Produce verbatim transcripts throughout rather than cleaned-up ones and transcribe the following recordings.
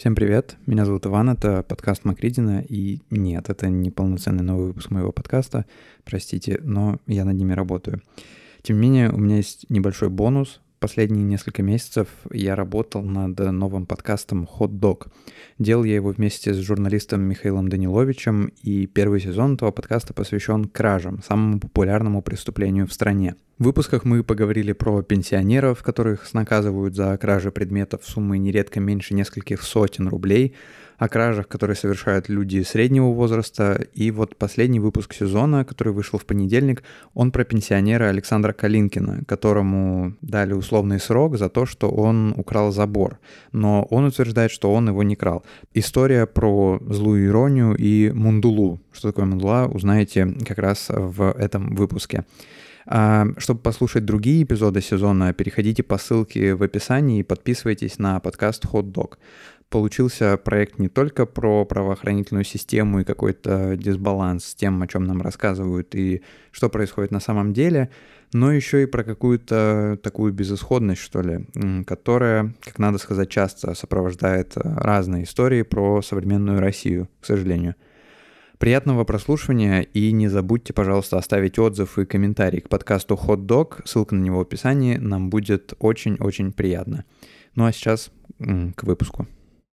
Всем привет, меня зовут Иван, это подкаст Макридина, и нет, это не полноценный новый выпуск моего подкаста, простите, но я над ними работаю. Тем не менее, у меня есть небольшой бонус. Последние несколько месяцев я работал над новым подкастом «Hot Dog». Делал я его вместе с журналистом Михаилом Даниловичем, и первый сезон этого подкаста посвящен кражам, самому популярному преступлению в стране. В выпусках мы поговорили про пенсионеров, которых наказывают за кражи предметов суммой нередко меньше нескольких сотен рублей, о кражах, которые совершают люди среднего возраста. И вот последний выпуск сезона, который вышел в понедельник, он про пенсионера Александра Калинкина, которому дали условный срок за то, что он украл забор. Но он утверждает, что он его не крал. История про злую иронию и мундулу. Что такое мундула, узнаете как раз в этом выпуске. А чтобы послушать другие эпизоды сезона, переходите по ссылке в описании и подписывайтесь на подкаст Hot Dog. Получился проект не только про правоохранительную систему и какой-то дисбаланс с тем, о чем нам рассказывают и что происходит на самом деле, но еще и про какую-то такую безысходность, что ли, которая, как надо сказать, часто сопровождает разные истории про современную Россию, к сожалению. Приятного прослушивания, и не забудьте, пожалуйста, оставить отзыв и комментарий к подкасту Hot Dog, ссылка на него в описании, нам будет очень-очень приятно. Ну а сейчас м- к выпуску.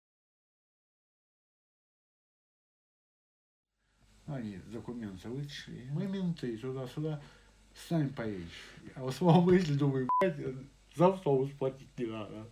Они документы вытащили, мы менты, туда-сюда, с нами поедешь. А в своем мысли думаю, блядь, за автобус платить не надо.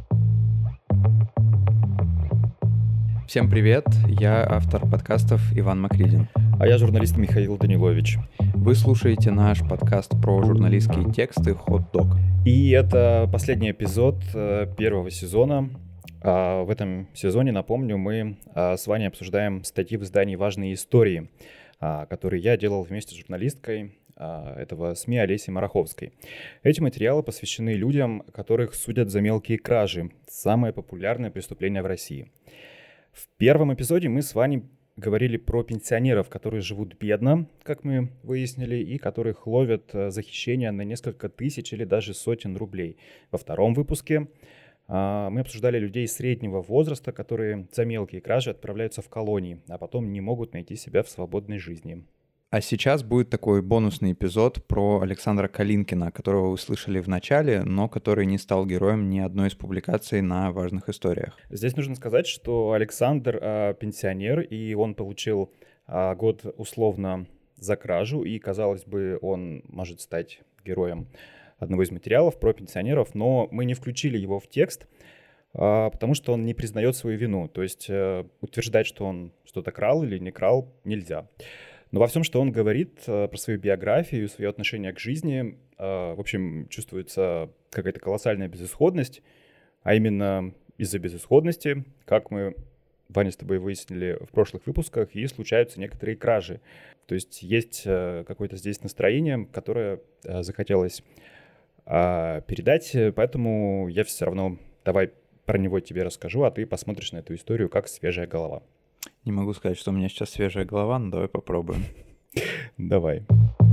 Всем привет, я автор подкастов Иван Макридин. А я журналист Михаил Данилович. Вы слушаете наш подкаст про журналистские тексты Hot Dog. И это последний эпизод первого сезона. В этом сезоне, напомню, мы с Ваней обсуждаем статьи в издании «Важные истории», которые я делал вместе с журналисткой этого СМИ Олесей Мараховской. Эти материалы посвящены людям, которых судят за мелкие кражи, самое популярное преступление в России. В первом эпизоде мы с Ваней говорили про пенсионеров, которые живут бедно, как мы выяснили, и которых ловят за хищение на несколько тысяч или даже сотен рублей. Во втором выпуске мы обсуждали людей среднего возраста, которые за мелкие кражи отправляются в колонии, а потом не могут найти себя в свободной жизни. А сейчас будет такой бонусный эпизод про Александра Калинкина, которого вы слышали в начале, но который не стал героем ни одной из публикаций на важных историях. Здесь нужно сказать, что Александр а, пенсионер, и он получил а, год условно за кражу, и, казалось бы, он может стать героем одного из материалов про пенсионеров, но мы не включили его в текст, а, потому что он не признает свою вину. То есть а, утверждать, что он что-то крал или не крал, нельзя. Но во всем, что он говорит э, про свою биографию, свое отношение к жизни, э, в общем, чувствуется какая-то колоссальная безысходность, а именно из-за безысходности, как мы, Ваня, с тобой выяснили в прошлых выпусках, и случаются некоторые кражи. То есть есть э, какое-то здесь настроение, которое э, захотелось э, передать, поэтому я все равно давай про него тебе расскажу, а ты посмотришь на эту историю как свежая голова. Не могу сказать, что у меня сейчас свежая голова, но давай попробуем. Давай.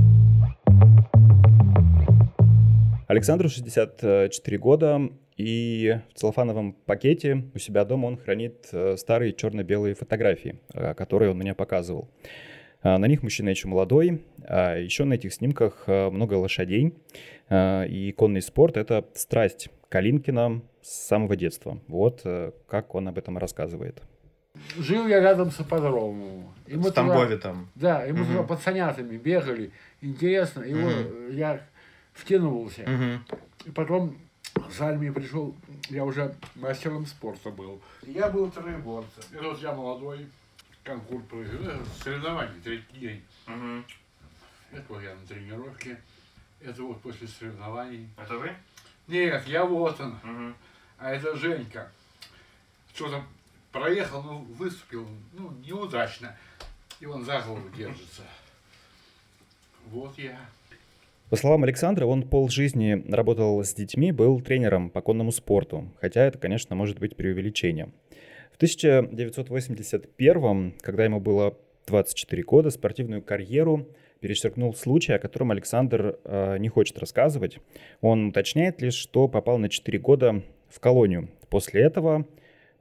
Александру шестьдесят четыре года, и в целлофановом пакете у себя дома он хранит старые черно-белые фотографии, которые он мне показывал. На них мужчина еще молодой, а еще на этих снимках много лошадей, и конный спорт — это страсть Калинкина с самого детства. Вот как он об этом рассказывает. Жил я рядом с ипподромом. И мы в Тамбове туда, там. Да, и мы угу. туда пацанятами бегали. Интересно. И угу. вот я втянулся. Угу. И потом в армии пришел, я уже мастером спорта был. Я был троеборцем. И вот я молодой, конкурс проиграл, соревнования, третий день. Угу. Это вот я на тренировке. Это вот после соревнований. Это вы? Нет, я вот он. Угу. А это Женька. Что-то проехал, ну, выступил, ну, неудачно. И он за голову держится. Вот я. По словам Александра, он полжизни работал с детьми, был тренером по конному спорту. Хотя это, конечно, может быть преувеличением. В тысяча девятьсот восемьдесят первом, когда ему было двадцать четыре года, спортивную карьеру перечеркнул случай, о котором Александр э, не хочет рассказывать. Он уточняет лишь, что попал на четыре года в колонию. После этого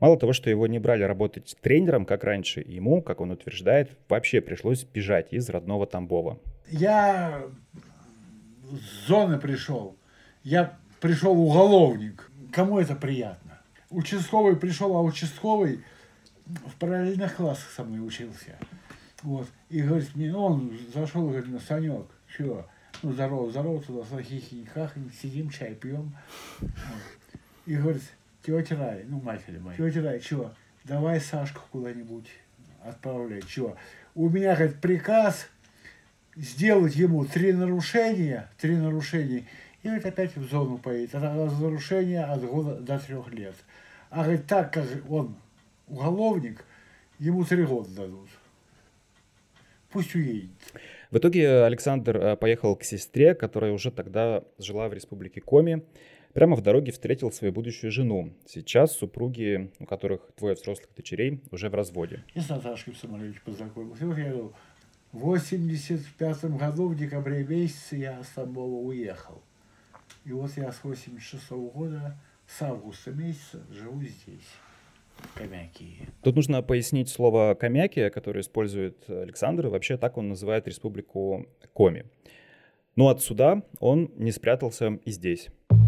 Мало того, что его не брали работать тренером, как раньше, ему, как он утверждает, вообще пришлось бежать из родного Тамбова. Я с зоны пришел. Я пришел уголовник. Кому это приятно? Участковый пришел, а участковый в параллельных классах со мной учился. Вот. И говорит мне, ну, он зашел и говорит, ну, Санек, чего? Ну, здорово, здорово, туда, хихи-хахи, сидим, чай пьем. Вот. И говорит, тетя Рая, ну, матери моя, тетя Рая, чего? Давай Сашку куда-нибудь отправляй, чего? У меня, говорит, приказ сделать ему три нарушения, три нарушения, и говорит, опять в зону поедет. Это нарушение от года до трех лет. А говорит, так как он уголовник, ему три года дадут. Пусть уедет. В итоге Александр поехал к сестре, которая уже тогда жила в республике Коми. Прямо в дороге встретил свою будущую жену. Сейчас супруги, у которых двое взрослых дочерей, уже в разводе. И с Наташкой в самолете познакомился. И вот я говорю, в восемьдесят пятом году в декабре месяце я с Тамбова уехал. И вот я с восемьдесят шестого года, с августа месяца живу здесь. Комякии. Тут нужно пояснить слово «комякия», которое использует Александр. Вообще так он называет республику Коми. Но от суда он не спрятался и здесь.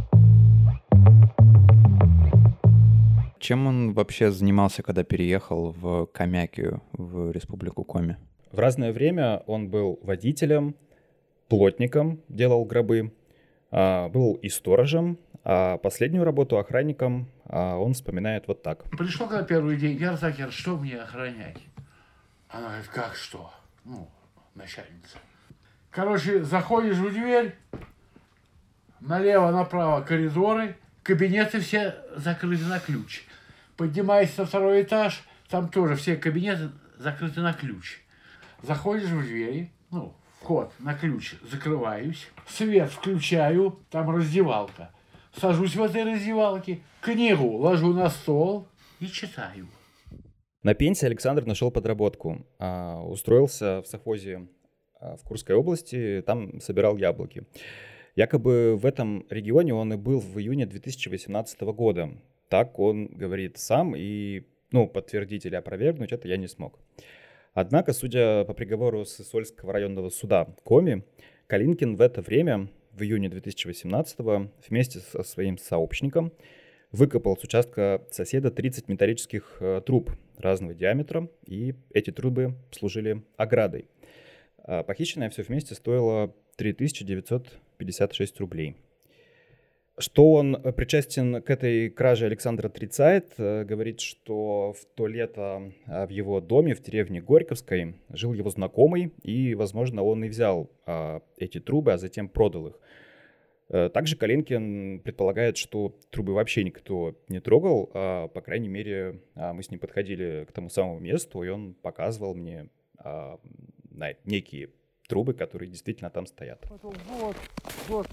Чем он вообще занимался, когда переехал в Комякию, в республику Коми? В разное время он был водителем, плотником, делал гробы, был и сторожем, а последнюю работу охранником он вспоминает вот так. Пришел когда первый день, я так, что мне охранять? Она говорит, как что? Ну, начальница. Короче, заходишь в дверь, налево-направо коридоры, кабинеты все закрыты на ключ. Поднимаешься на второй этаж, там тоже все кабинеты закрыты на ключ. Заходишь в двери, ну, вход на ключ, закрываюсь, свет включаю, там раздевалка. Сажусь в этой раздевалке, книгу ложу на стол и читаю. На пенсии Александр нашел подработку. Устроился в совхозе в Курской области, там собирал яблоки. Якобы в этом регионе он и был в июне две тысячи восемнадцатого года. Так он говорит сам, и ну, подтвердить или опровергнуть это я не смог. Однако, судя по приговору Сысольского районного суда Коми, Калинкин в это время, в июне две тысячи восемнадцатого, вместе со своим сообщником выкопал с участка соседа тридцать металлических труб разного диаметра, и эти трубы служили оградой. Похищенное все вместе стоило три тысячи девятьсот пятьдесят шесть рублей. Что он причастен к этой краже, Александр отрицает. Говорит, что в то лето в его доме в деревне Горьковской жил его знакомый, и, возможно, он и взял эти трубы, а затем продал их. Также Калинкин предполагает, что трубы вообще никто не трогал, а, по крайней мере, мы с ним подходили к тому самому месту, и он показывал мне а, некие трубы, которые действительно там стоят. Потом вот, вот.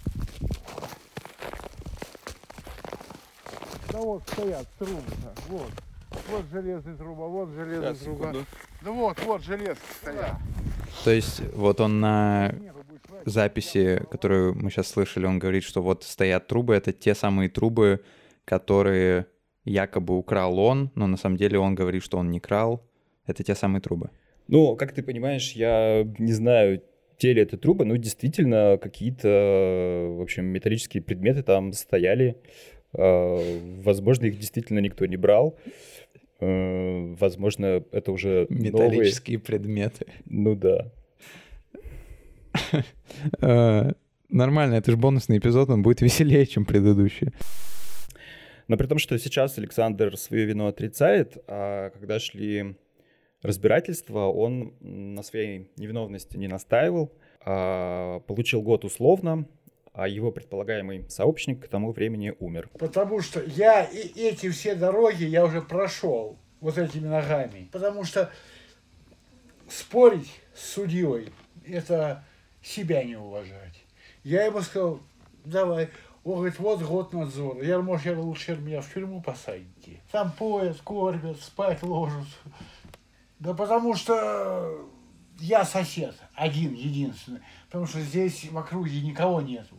Да вот стоят трубы, вот. Вот железная труба, вот железная Сейчас, труба. Секунду. Да вот, вот железки стоят. То есть вот он на записи, которую мы сейчас слышали, он говорит, что вот стоят трубы, это те самые трубы, которые якобы украл он, но на самом деле он говорит, что он не крал. Это те самые трубы. Ну, как ты понимаешь, я не знаю, те ли это трубы, но действительно какие-то, в общем, металлические предметы там стояли. Возможно, их действительно никто не брал. Возможно, это уже металлические новые... предметы. Ну да. Нормально, это же бонусный эпизод, он будет веселее, чем предыдущий. Но при том, что сейчас Александр свою вину отрицает, а когда шли разбирательства, он на своей невиновности не настаивал, а получил год условно, а его предполагаемый сообщник к тому времени умер. Потому что я и эти все дороги я уже прошел вот этими ногами. Потому что спорить с судьей – это себя не уважать. Я ему сказал, давай. Он говорит, вот год надзора. Я, может, я лучше меня в тюрьму посадите. Там поят, кормят, спать ложат. Да потому что я сосед, один, единственный. Потому что здесь в округе никого нету.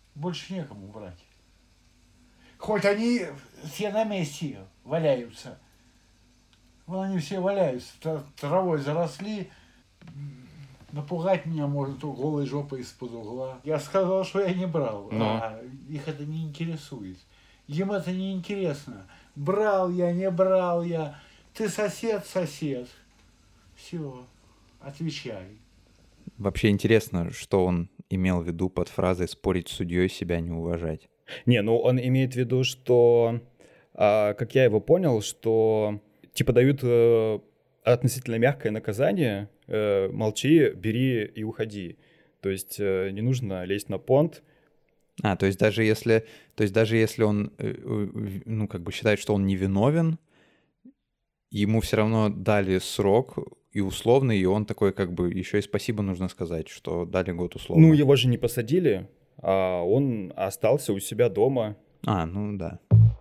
Больше некому брать. Хоть они все на месте валяются. Вон они все валяются, травой заросли. Напугать меня может голой жопой из-под угла. Я сказал, что я не брал, Но. а их это не интересует. Им это не интересно. Брал я, не брал я. Ты сосед, сосед. Все, отвечай. Вообще интересно, что он имел в виду под фразой «спорить с судьей, себя не уважать». Не, ну он имеет в виду, что, а, как я его понял, что типа дают э, относительно мягкое наказание, э, молчи, бери и уходи. То есть э, не нужно лезть на понт. А, то есть даже если, то есть даже если он, э, ну, как бы считает, что он невиновен, ему все равно дали срок и условный, и он такой, как бы, еще и спасибо нужно сказать, что дали год условно. Ну, его же не посадили, а он остался у себя дома. А, ну да.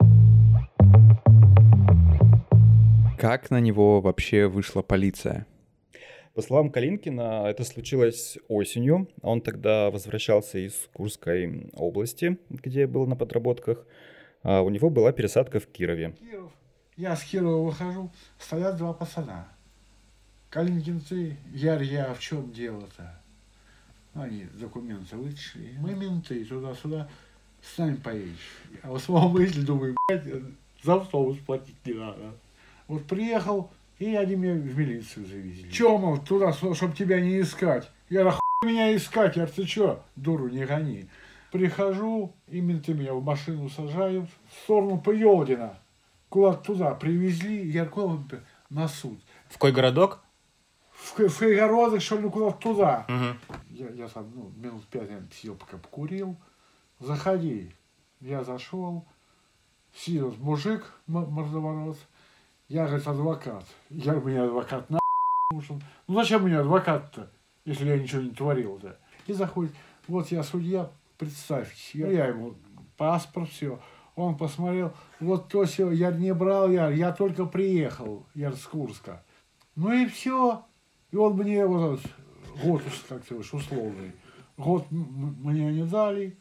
Как на него вообще вышла полиция? По словам Калинкина, это случилось осенью. Он тогда возвращался из Курской области, где был на подработках. А у него была пересадка в Кирове. Киров. Я с Кирова выхожу, стоят два пацана. Калинкин, ты, Яр, я, в чем дело-то? Они документы вытащили. Мы менты, туда-сюда, с нами поедешь. А в самом мысли думаю, блядь, за автобус платить не надо. Вот приехал, и они меня в милицию завезли. Че, мол, туда, чтобы тебя не искать? Я говорю, хуй меня искать, я говорю, ты че, дуру не гони. Прихожу, и менты меня в машину сажают, в сторону Поелдина. Куда-то туда привезли, я говорю, на суд. В какой городок? В, в Кайгородок, что ли, куда-то туда. Угу. Я, я там, ну, минут пять, наверное, сидел, пока покурил. Заходи. Я зашел. Сидел мужик, мордоворот. Я, говорит, адвокат. Я, мне адвокат на нужен. Ну, зачем мне адвокат-то, если я ничего не творил-то? И заходит, вот я судья, представьте. Я ему паспорт, все. Он посмотрел, вот то все, я не брал, я, я только приехал, я с Курска. Ну и все. И он мне вот этот год, как ты говоришь, условный, год мне не дали.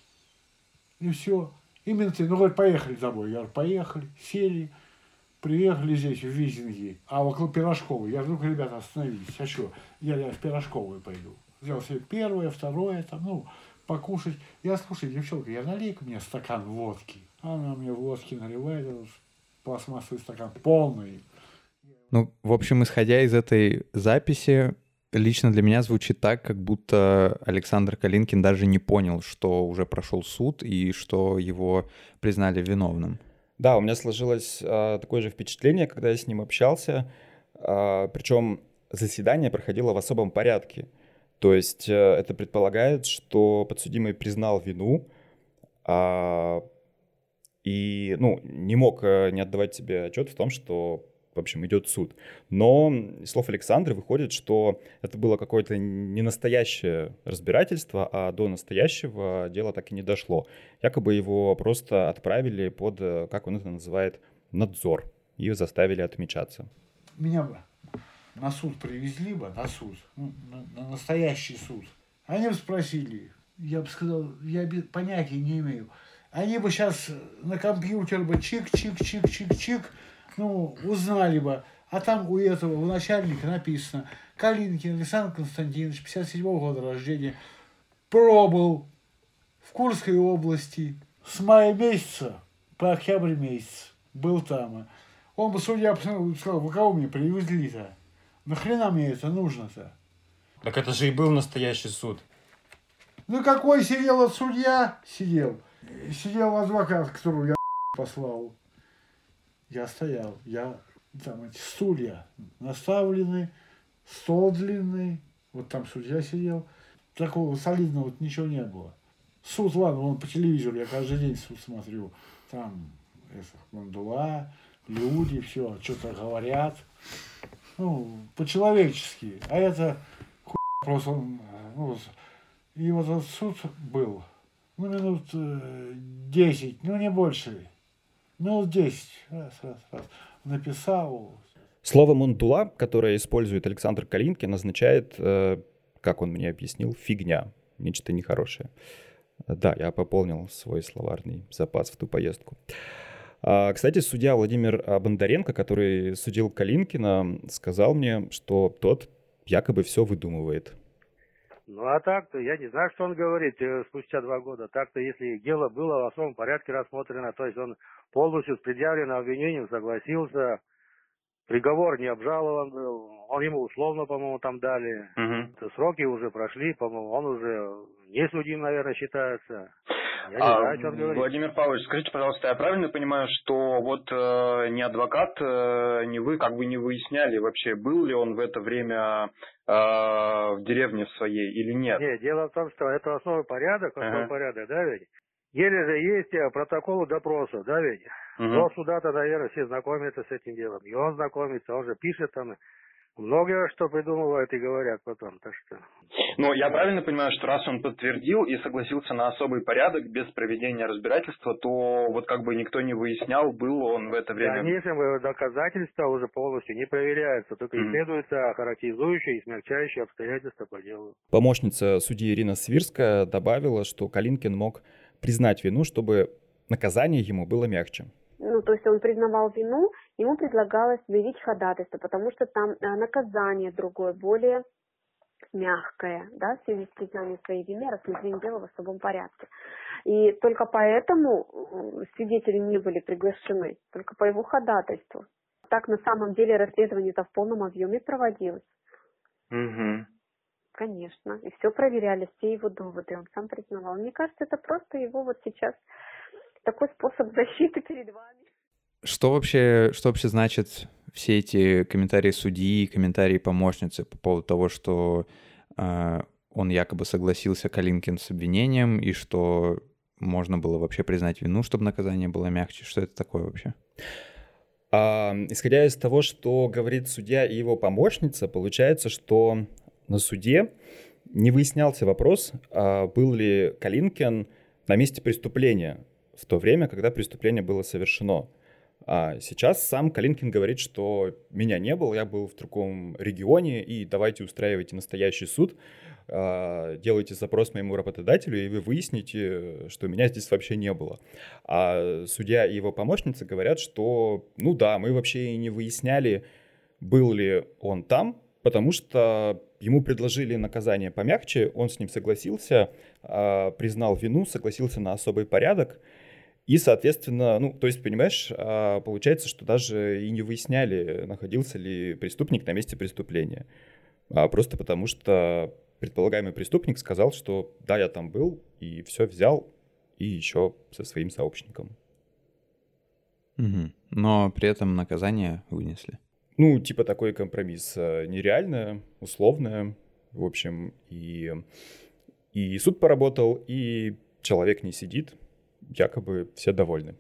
И все. И менты, ну, говорит, поехали за мной. Я говорю, поехали, сели, приехали здесь, в Визинги, а около Пирожковой. Я говорю, ребята, остановитесь, а что? Я, я в Пирожковую пойду. Взял себе первое, второе, там, ну, покушать. Я, слушай, девчонка, я налей-ка мне стакан водки. Она мне водки наливает, этот пластмассовый стакан полный. Ну, в общем, исходя из этой записи, лично для меня звучит так, как будто Александр Калинкин даже не понял, что уже прошел суд и что его признали виновным. Да, у меня сложилось а, такое же впечатление, когда я с ним общался. А, причем заседание проходило в особом порядке. То есть а, это предполагает, что подсудимый признал вину а, и ну, не мог а, не отдавать себе отчет в том, что в общем, идет суд. Но из слов Александра выходит, что это было какое-то не настоящее разбирательство, а до настоящего дело так и не дошло. Якобы его просто отправили под, как он это называет, надзор и заставили отмечаться. Меня бы на суд привезли бы, на суд, ну, на, на настоящий суд. Они бы спросили, я бы сказал, я понятия не имею. Они бы сейчас на компьютер бы чик-чик-чик-чик-чик, ну, узнали бы, а там у этого, у начальника написано Калинкин Александр Константинович, пятьдесят седьмого года рождения, пробыл в Курской области с мая месяца по октябрь месяц, был там. Он бы, судья, посмотрел, сказал, вы кого мне привезли-то? Нахрена мне это нужно-то? Так это же и был настоящий суд. Ну какой сидел от судья? Сидел. Сидел адвокат, которого я послал. Я стоял, я, там эти стулья наставлены, стол длинный, вот там судья сидел. Такого солидного вот ничего не было. Суд, ладно, вон по телевизору, я каждый день суд смотрю. Там это, мандула, люди, все, что-то говорят. Ну, по-человечески. А это хуй просто, ну, и вот этот суд был, ну, минут десять, ну, не больше. Ну, десять. Раз, раз, раз. Написал. Слово «мандула», которое использует Александр Калинкин, означает, как он мне объяснил, фигня, нечто нехорошее. Да, я пополнил свой словарный запас в ту поездку. А, кстати, судья Владимир Бондаренко, который судил Калинкина, сказал мне, что тот якобы все выдумывает. Ну а так-то, я не знаю, что он говорит э, спустя два года. Так-то, если дело было в особом порядке рассмотрено, то есть он полностью с предъявленным обвинением согласился, приговор не обжалован был, он ему условно, по-моему, там дали. Угу. Сроки уже прошли, по-моему, он уже не судим, наверное, считается. Я не а, знаю, что он говорит. Владимир Павлович, скажите, пожалуйста, я правильно понимаю, что вот э, ни адвокат, э, ни вы как бы не выясняли вообще, был ли он в это время э, в деревне своей или нет? Нет, дело в том, что это основной порядок, основной ага. порядок, да ведь? Еле же есть протоколы допроса, да ведь? Угу. До суда-то, наверное, все знакомятся с этим делом. И он знакомится, он же пишет там. Многое, что придумывают и говорят потом, так что... Ну, я правильно понимаю, что раз он подтвердил и согласился на особый порядок без проведения разбирательства, то вот как бы никто не выяснял, был он в это время... Конечно, доказательства уже полностью не проверяются, только mm-hmm. исследуются характеризующие и смягчающие обстоятельства по делу. Помощница судьи Ирина Свирская добавила, что Калинкин мог признать вину, чтобы наказание ему было мягче. Ну, то есть он признавал вину, ему предлагалось заявить ходатайство, потому что там наказание другое, более мягкое, да, в связи с признанием своей вины, рассмотрение дела в особом порядке. И только поэтому свидетели не были приглашены, только по его ходатайству. Так на самом деле расследование-то в полном объеме проводилось. Угу. Конечно. И все проверяли, все его доводы, он сам признавал. Мне кажется, это просто его вот сейчас... такой способ защиты перед вами. Что вообще, что вообще значит все эти комментарии судьи, комментарии помощницы по поводу того, что э, он якобы согласился, Калинкин, с обвинением, и что можно было вообще признать вину, чтобы наказание было мягче? Что это такое вообще? А, исходя из того, что говорит судья и его помощница, получается, что на суде не выяснялся вопрос, а был ли Калинкин на месте преступления в то время, когда преступление было совершено. А сейчас сам Калинкин говорит, что меня не было, я был в другом регионе, и давайте устраивайте настоящий суд, делайте запрос моему работодателю, и вы выясните, что меня здесь вообще не было. А судья и его помощница говорят, что, ну да, мы вообще и не выясняли, был ли он там, потому что ему предложили наказание помягче, он с ним согласился, признал вину, согласился на особый порядок. И, соответственно, ну, то есть, понимаешь, получается, что даже и не выясняли, находился ли преступник на месте преступления. А просто потому что предполагаемый преступник сказал, что да, я там был, и все взял, и еще со своим сообщником. Угу. Но при этом наказание вынесли. Ну, типа такой компромисс нереальное, условное, в общем, и, и суд поработал, и человек не сидит. Якобы все довольны.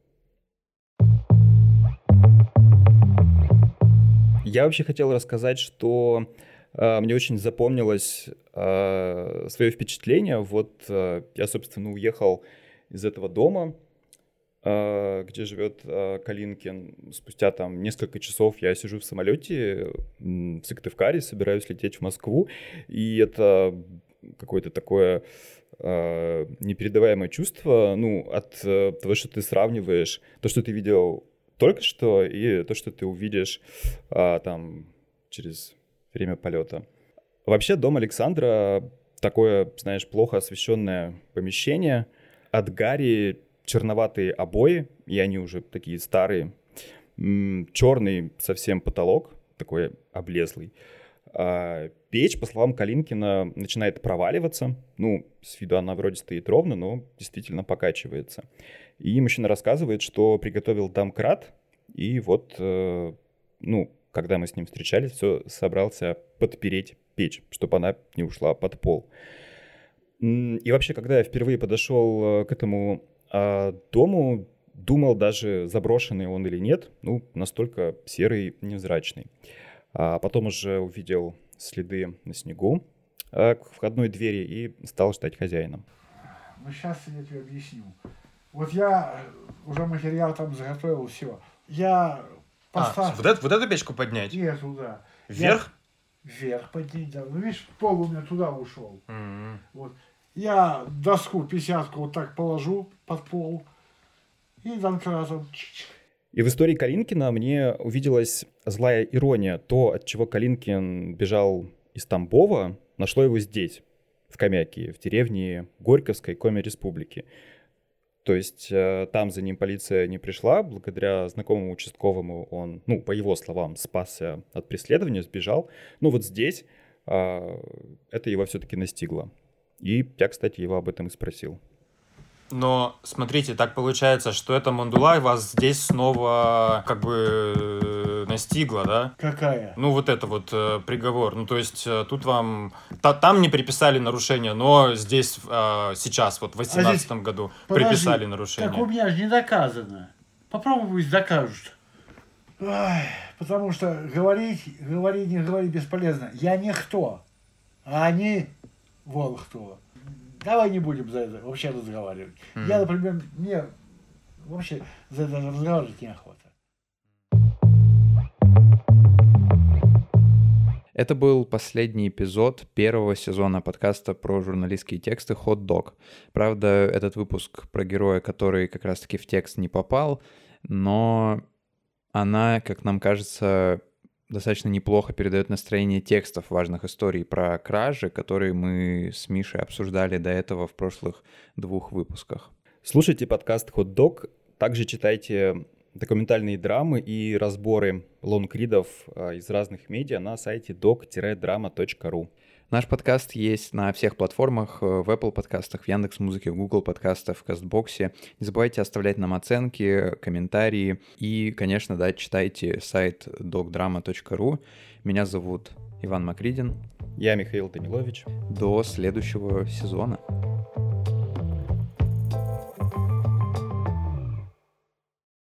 Я вообще хотел рассказать, что э, мне очень запомнилось э, свое впечатление. Вот э, я, собственно, уехал из этого дома, э, где живет э, Калинкин. Спустя там несколько часов я сижу в самолете в Сыктывкаре, собираюсь лететь в Москву, и это какое-то такое э, непередаваемое чувство, ну, от э, того, что ты сравниваешь то, что ты видел только что, и то, что ты увидишь э, там через время полета. Вообще, дом Александра такое, знаешь, плохо освещенное помещение. От гари черноватые обои, и они уже такие старые. М- черный совсем потолок, такой облезлый. А печь, по словам Калинкина, начинает проваливаться. Ну, с виду она вроде стоит ровно, но действительно покачивается. И мужчина рассказывает, что приготовил домкрат, и вот, э, ну, когда мы с ним встречались, все собрался подпереть печь, чтобы она не ушла под пол. И вообще, когда я впервые подошел к этому э, дому, думал даже, заброшенный он или нет, ну, настолько серый, невзрачный. А потом уже увидел следы на снегу к входной двери и стал ждать хозяина. Ну, сейчас я тебе объясню. Вот я уже материал там заготовил, все. Я поставил... А, вот, это, вот эту печку поднять? Нет, туда. Вверх? Я... Вверх поднять, да. Ну, видишь, пол у меня туда ушел. Mm-hmm. Вот. Я доску, пятидесятку вот так положу под пол и донкратом. И в истории Калинкина мне увиделась злая ирония. То, от чего Калинкин бежал из Тамбова, нашло его здесь, в Комяке, в деревне Горьковской Коми-Республики. То есть э, там за ним полиция не пришла, благодаря знакомому участковому он, ну, по его словам, спасся от преследования, сбежал. Но вот здесь э, это его все-таки настигло. И я, кстати, его об этом и спросил. Но, смотрите, так получается, что эта Мандулай вас здесь снова как бы настигла, да? Какая? Ну, вот это вот э, приговор. Ну, то есть э, тут вам... Та, там не приписали нарушения, но здесь э, сейчас, вот в восемнадцатом а году, подожди, приписали нарушения. Так у меня же не доказано. Попробуй, пусть докажут. Ой, потому что говорить, говорить, не говорить бесполезно. Я никто, а они вон кто. Давай не будем за это вообще разговаривать. Mm-hmm. Я, например, мне вообще за это разговаривать неохота. Это был последний эпизод первого сезона подкаста про журналистские тексты «Hot Dog». Правда, этот выпуск про героя, который как раз-таки в текст не попал, но она, как нам кажется, достаточно неплохо передает настроение текстов важных историй про кражи, которые мы с Мишей обсуждали до этого в прошлых двух выпусках. Слушайте подкаст Hot Dog, также читайте документальные драмы и разборы лонгридов из разных медиа на сайте док драма точка ру. Наш подкаст есть на всех платформах, в Apple подкастах, в Яндекс.Музыке, в Google подкастах, в Кастбоксе. Не забывайте оставлять нам оценки, комментарии и, конечно, да, читайте сайт док драма точка ру. Меня зовут Иван Макридин. Я Михаил Данилович. До следующего сезона.